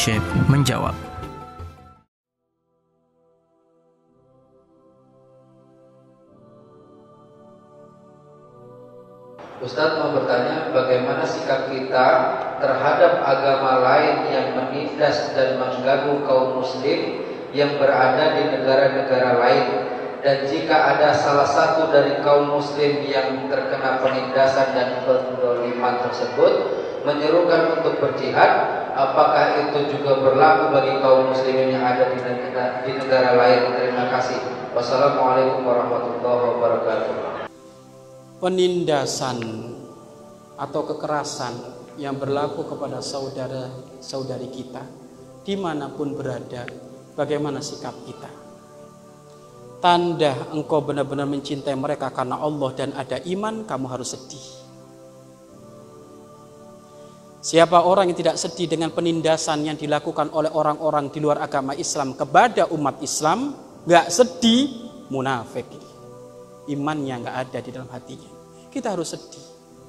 Syekh menjawab. Ustadz mau bertanya, bagaimana sikap kita terhadap agama lain yang menindas dan mengganggu kaum muslim yang berada di negara-negara lain, dan jika ada salah satu dari kaum muslim yang terkena penindasan dan penzaliman tersebut menyerukan untuk berjihad, apakah itu juga berlaku bagi kaum muslimin yang ada di negara lain? Terima kasih. Wassalamualaikum warahmatullahi wabarakatuh. Penindasan atau kekerasan yang berlaku kepada saudara-saudari kita dimanapun berada, bagaimana sikap kita? Tanda engkau benar-benar mencintai mereka karena Allah dan ada iman, kamu harus sedih. Siapa orang yang tidak sedih dengan penindasan yang dilakukan oleh orang-orang di luar agama Islam kepada umat Islam, gak sedih, munafik. Imannya gak ada di dalam hatinya. Kita harus sedih.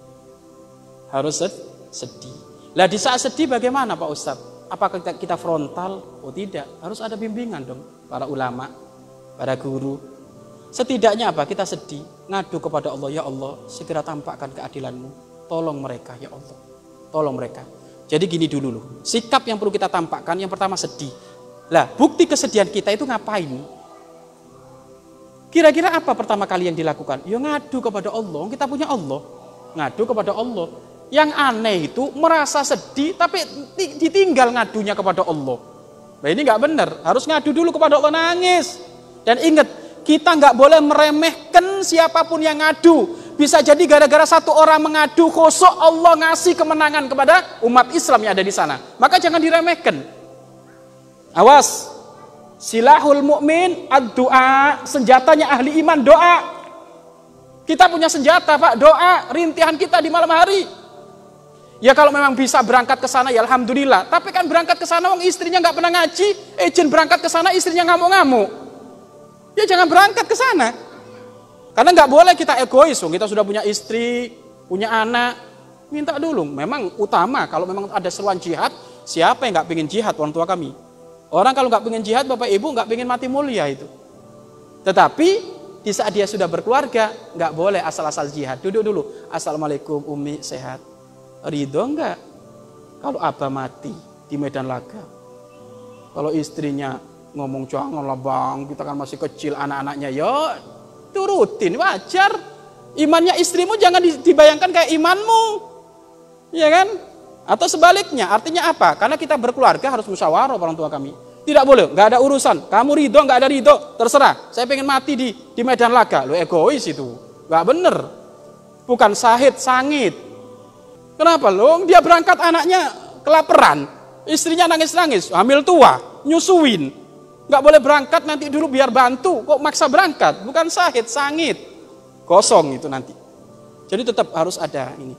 Harus sedih. Lah di saat sedih bagaimana Pak Ustadz? Apakah kita frontal? Oh tidak, harus ada bimbingan dong para ulama, para guru. Setidaknya apa? Kita sedih, ngadu kepada Allah, ya Allah, segera tampakkan keadilan-Mu. Tolong mereka ya Allah. Tolong mereka. Jadi gini dulu loh. Sikap yang perlu kita tampakkan yang pertama sedih. Lah, bukti kesedihan kita itu ngapain? Kira-kira apa pertama kali yang dilakukan? Ya ngadu kepada Allah. Kita punya Allah. Ngadu kepada Allah. Yang aneh itu merasa sedih tapi ditinggal ngadunya kepada Allah. Nah ini nggak benar. Harus ngadu dulu kepada Allah, nangis. Dan ingat, kita nggak boleh meremehkan siapapun yang ngadu. Bisa jadi gara-gara satu orang mengadu, khusus Allah ngasih kemenangan kepada umat Islam yang ada di sana. Maka jangan diremehkan. Awas. Silahul mu'min ad-du'a, senjatanya ahli iman doa. Kita punya senjata Pak, doa, rintihan kita di malam hari. Ya kalau memang bisa berangkat ke sana ya alhamdulillah. Tapi kan berangkat ke sana wong istrinya nggak pernah ngaji, izin berangkat ke sana istrinya ngamuk-ngamuk. Ya jangan berangkat ke sana. Karena nggak boleh kita egois, kita sudah punya istri, punya anak. Minta dulu, memang utama kalau memang ada seruan jihad, siapa yang nggak pengen jihad orang tua kami? Orang kalau nggak pengen jihad, bapak ibu nggak pengen mati mulia itu. Tetapi di saat dia sudah berkeluarga, nggak boleh asal-asal jihad. Duduk dulu. Assalamualaikum Umi, sehat. Ridho nggak kalau abah mati di medan laga? Kalau istrinya ngomong janganlah bang, kita kan masih kecil anak-anaknya, yo turutin wajar. Imannya istrimu jangan dibayangkan kayak imanmu, ya kan? Atau sebaliknya, artinya apa? Karena kita berkeluarga harus musyawarah orang tua kami. Tidak boleh, nggak ada urusan. Kamu ridho, nggak ada ridho, terserah. Saya pengen mati di medan laga. Lo egois itu, nggak bener. Bukan sahid, sangit. Kenapa lo? Dia berangkat anaknya kelaparan, istrinya nangis-nangis, hamil tua, nyusuin. Nggak boleh berangkat nanti dulu biar bantu. Kok maksa berangkat? Bukan sahid, sangit. Kosong itu nanti. Jadi tetap harus ada ini.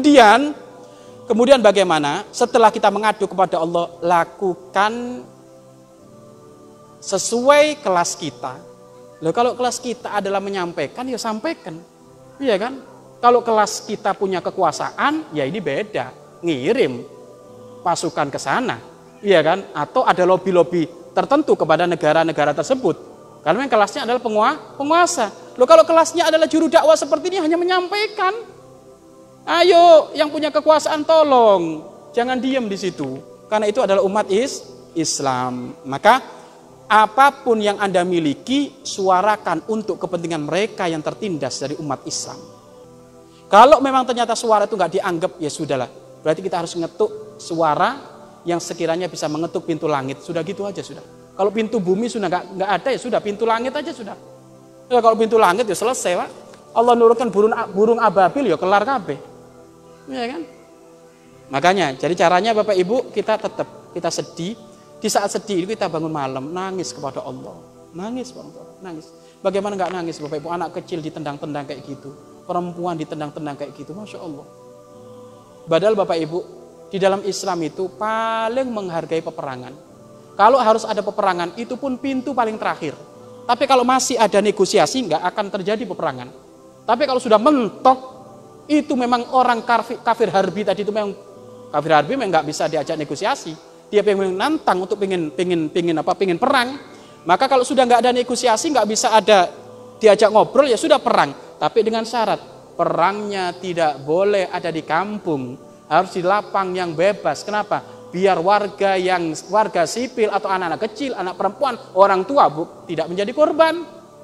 Kemudian bagaimana? Setelah kita mengadu kepada Allah, lakukan sesuai kelas kita. Loh, kalau kelas kita adalah menyampaikan, ya sampaikan. Iya kan? Kalau kelas kita punya kekuasaan, ya ini beda. Ngirim pasukan ke sana. Iya kan? Atau ada lobby-lobby tertentu kepada negara-negara tersebut. Karena yang kelasnya adalah penguasa. Loh, kalau kelasnya adalah juru dakwah seperti ini hanya menyampaikan. Ayo, yang punya kekuasaan tolong, jangan diam di situ. Karena itu adalah umat Islam. Maka apapun yang Anda miliki, suarakan untuk kepentingan mereka yang tertindas dari umat Islam. Kalau memang ternyata suara itu nggak dianggap, ya sudahlah. Berarti kita harus ngetuk suara yang sekiranya bisa mengetuk pintu langit. Sudah gitu aja sudah. Kalau pintu bumi sudah nggak ada, ya sudah pintu langit aja sudah. Ya, kalau pintu langit ya selesai Pak. Allah nurunkan burung ababil ya kelar kabeh. Ya kan? Makanya, jadi caranya Bapak Ibu kita sedih. Di saat sedih itu kita bangun malam, nangis kepada Allah. Nangis Pak, nangis. Bagaimana nggak nangis Bapak Ibu? Anak kecil ditendang-tendang kayak gitu, perempuan ditendang-tendang kayak gitu, Masya Allah. Padahal Bapak Ibu, di dalam Islam itu paling menghargai peperangan. Kalau harus ada peperangan, itu pun pintu paling terakhir. Tapi kalau masih ada negosiasi, nggak akan terjadi peperangan. Tapi kalau sudah mentok, itu memang orang kafir harbi tadi itu memang kafir harbi memang nggak bisa diajak negosiasi. dia pengen nantang untuk pengen perang, maka kalau sudah nggak ada negosiasi, nggak bisa ada diajak ngobrol, ya sudah perang. Tapi dengan syarat perangnya tidak boleh ada di kampung, harus di lapang yang bebas. Kenapa? Biar warga sipil atau anak-anak kecil, anak perempuan, orang tua tidak menjadi korban.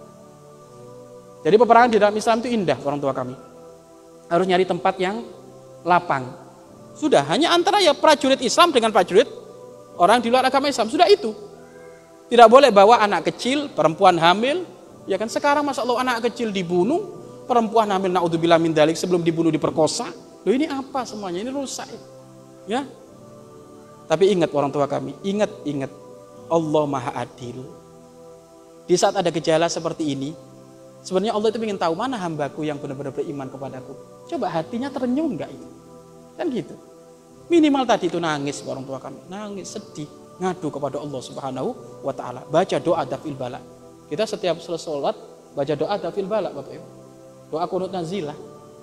Jadi peperangan di dalam Islam itu indah, orang tua kami. Harus nyari tempat yang lapang. Sudah, hanya antara ya prajurit Islam dengan prajurit orang di luar agama Islam. Sudah itu. Tidak boleh bawa anak kecil, perempuan hamil. Ya kan sekarang Masya Allah anak kecil dibunuh, perempuan hamil naudzubillah min dzalik sebelum dibunuh diperkosa. Loh ini apa semuanya? Ini rusak. Ya. Tapi ingat orang tua kami, ingat Allah Maha Adil. Di saat ada gejala seperti ini, sebenarnya Allah itu ingin tahu mana hambaku yang benar-benar beriman kepadaku. Coba hatinya terenyuh enggak itu? Kan gitu. Minimal tadi itu nangis orang tua kami, nangis, sedih, ngadu kepada Allah Subhanahu wa taala. Baca doa dafil bala. Kita setiap selesai sholat baca doa dafil bala, Bapak Ibu. Doa qunut nazilah.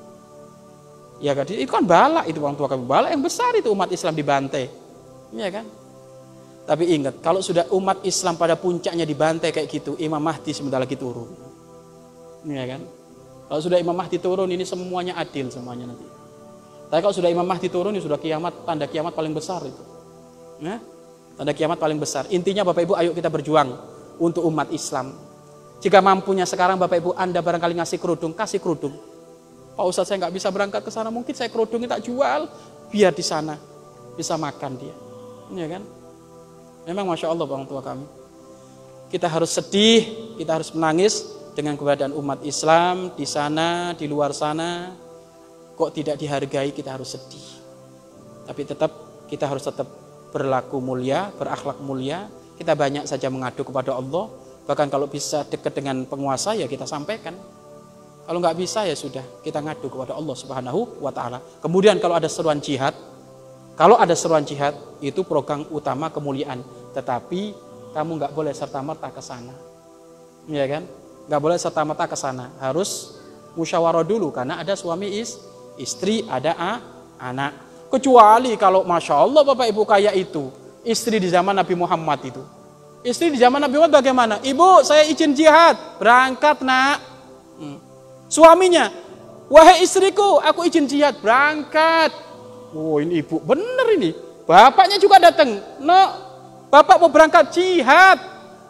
Ya kan, itu kan bala itu orang tua kami, bala yang besar itu umat Islam dibantai. Iya kan? Tapi ingat, kalau sudah umat Islam pada puncaknya dibantai kayak gitu, Imam Mahdi sebentar lagi turun. Iya kan? Kalau sudah Imam Mahdi turun, ini semuanya adil semuanya nanti. Tapi kalau sudah Imam Mahdi turun, ini sudah kiamat, tanda kiamat paling besar itu. Ya? Tanda kiamat paling besar. Intinya Bapak Ibu, ayo kita berjuang untuk umat Islam. Jika mampunya sekarang Bapak Ibu, Anda barangkali ngasih kerudung, kasih kerudung. Pak Ustadz saya nggak bisa berangkat ke sana, mungkin saya kerudungnya tak jual, biar di sana bisa makan dia. Ya kan? Memang Masya Allah orang tua kami. Kita harus sedih, kita harus menangis dengan keberadaan umat Islam di sana, di luar sana. Kok tidak dihargai, kita harus sedih. Tapi kita harus tetap berlaku mulia, berakhlak mulia. Kita banyak saja mengadu kepada Allah. Bahkan kalau bisa dekat dengan penguasa ya kita sampaikan. Kalau nggak bisa ya sudah, kita ngadu kepada Allah Subhanahu wa taala. Kemudian kalau ada seruan jihad, itu program utama kemuliaan. Tetapi kamu nggak boleh serta-merta ke sana. Ya kan? Nggak boleh serta-merta ke sana. Harus musyawarah dulu karena ada suami istri, ada anak. Kecuali kalau Masya Allah Bapak Ibu kayak itu, istri di zaman Nabi Muhammad itu. Istri di zaman Nabi Muhammad bagaimana? Ibu, saya izin jihad, berangkat nak. Suaminya, wahai istriku, aku izin jihad, berangkat. Oh ini ibu, bener ini. Bapaknya juga datang. No, bapak mau berangkat jihad.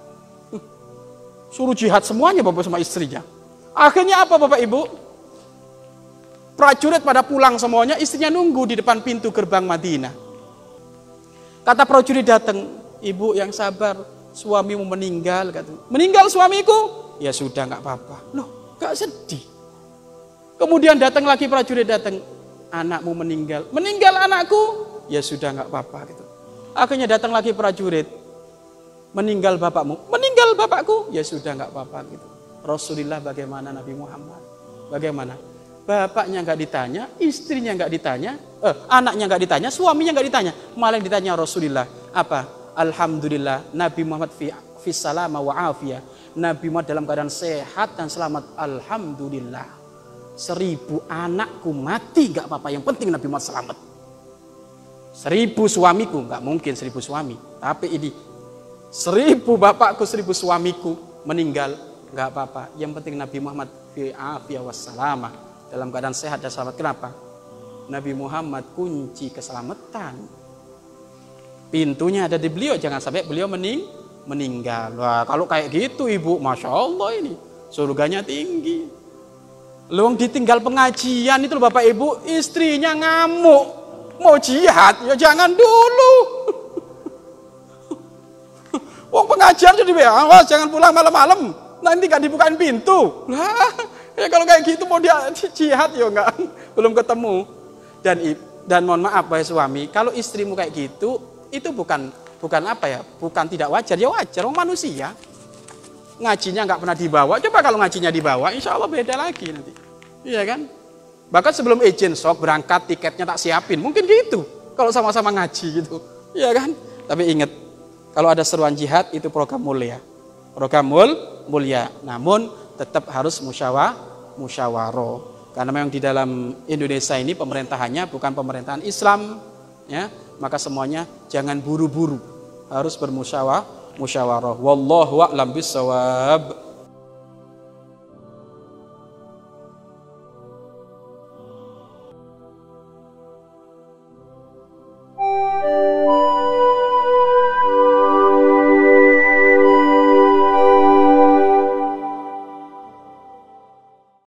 Suruh jihad semuanya bapak sama istrinya. Akhirnya apa Bapak Ibu? Prajurit pada pulang semuanya, istrinya nunggu di depan pintu gerbang Madinah. Kata prajurit datang, ibu yang sabar, suamimu meninggal. Kata, meninggal suamiku? Ya sudah nggak apa-apa. Loh, nggak sedih. Kemudian datang lagi prajurit datang, anakmu meninggal. Meninggal anakku? Ya sudah nggak apa-apa. Gitu. Akhirnya datang lagi prajurit, meninggal bapakmu? Meninggal bapakku? Ya sudah nggak apa-apa. Gitu. Rasulullah bagaimana Nabi Muhammad? Bagaimana? Bapaknya nggak ditanya, istrinya nggak ditanya, anaknya nggak ditanya, suaminya nggak ditanya, malah yang ditanya Rasulullah apa? Alhamdulillah Nabi Muhammad fi salama wa afiyah. Nabi Muhammad dalam keadaan sehat dan selamat. Alhamdulillah. 1000 anakku mati nggak apa-apa, yang penting Nabi Muhammad selamat. 1000 suamiku nggak mungkin 1000 suami, tapi ini 1000 bapakku 1000 suamiku meninggal nggak apa-apa, yang penting Nabi Muhammad fi afiyah wassalamah, dalam keadaan sehat dan selamat. Kenapa? Nabi Muhammad kunci keselamatan. Pintunya ada di beliau, jangan sampai beliau meninggal. Wah, kalau kayak gitu ibu, Masya Allah ini surganya tinggi. Luang ditinggal pengajian itu Bapak Ibu, istrinya ngamuk, mau jihad, ya jangan dulu. Wong pengajian jadi awas jangan pulang malam-malam, nanti gak dibukain pintu. Lah, ya kalau kayak gitu mau dia jihad ya enggak, belum ketemu. Dan mohon maaf wahai suami, kalau istrimu kayak gitu, itu bukan apa ya, bukan tidak wajar, ya wajar, orang manusia. Ngajinya nggak pernah dibawa, coba kalau ngajinya dibawa, insya Allah beda lagi nanti. Iya kan? Bahkan sebelum izin sok berangkat, tiketnya tak siapin, mungkin gitu. Kalau sama-sama ngaji gitu, iya kan? Tapi ingat, kalau ada seruan jihad itu program mulia, mulia. Namun tetap harus musyawarah. Karena memang di dalam Indonesia ini pemerintahannya bukan pemerintahan Islam, ya, maka semuanya jangan buru-buru, harus musyawarah. Wallahu a'lam bishawab.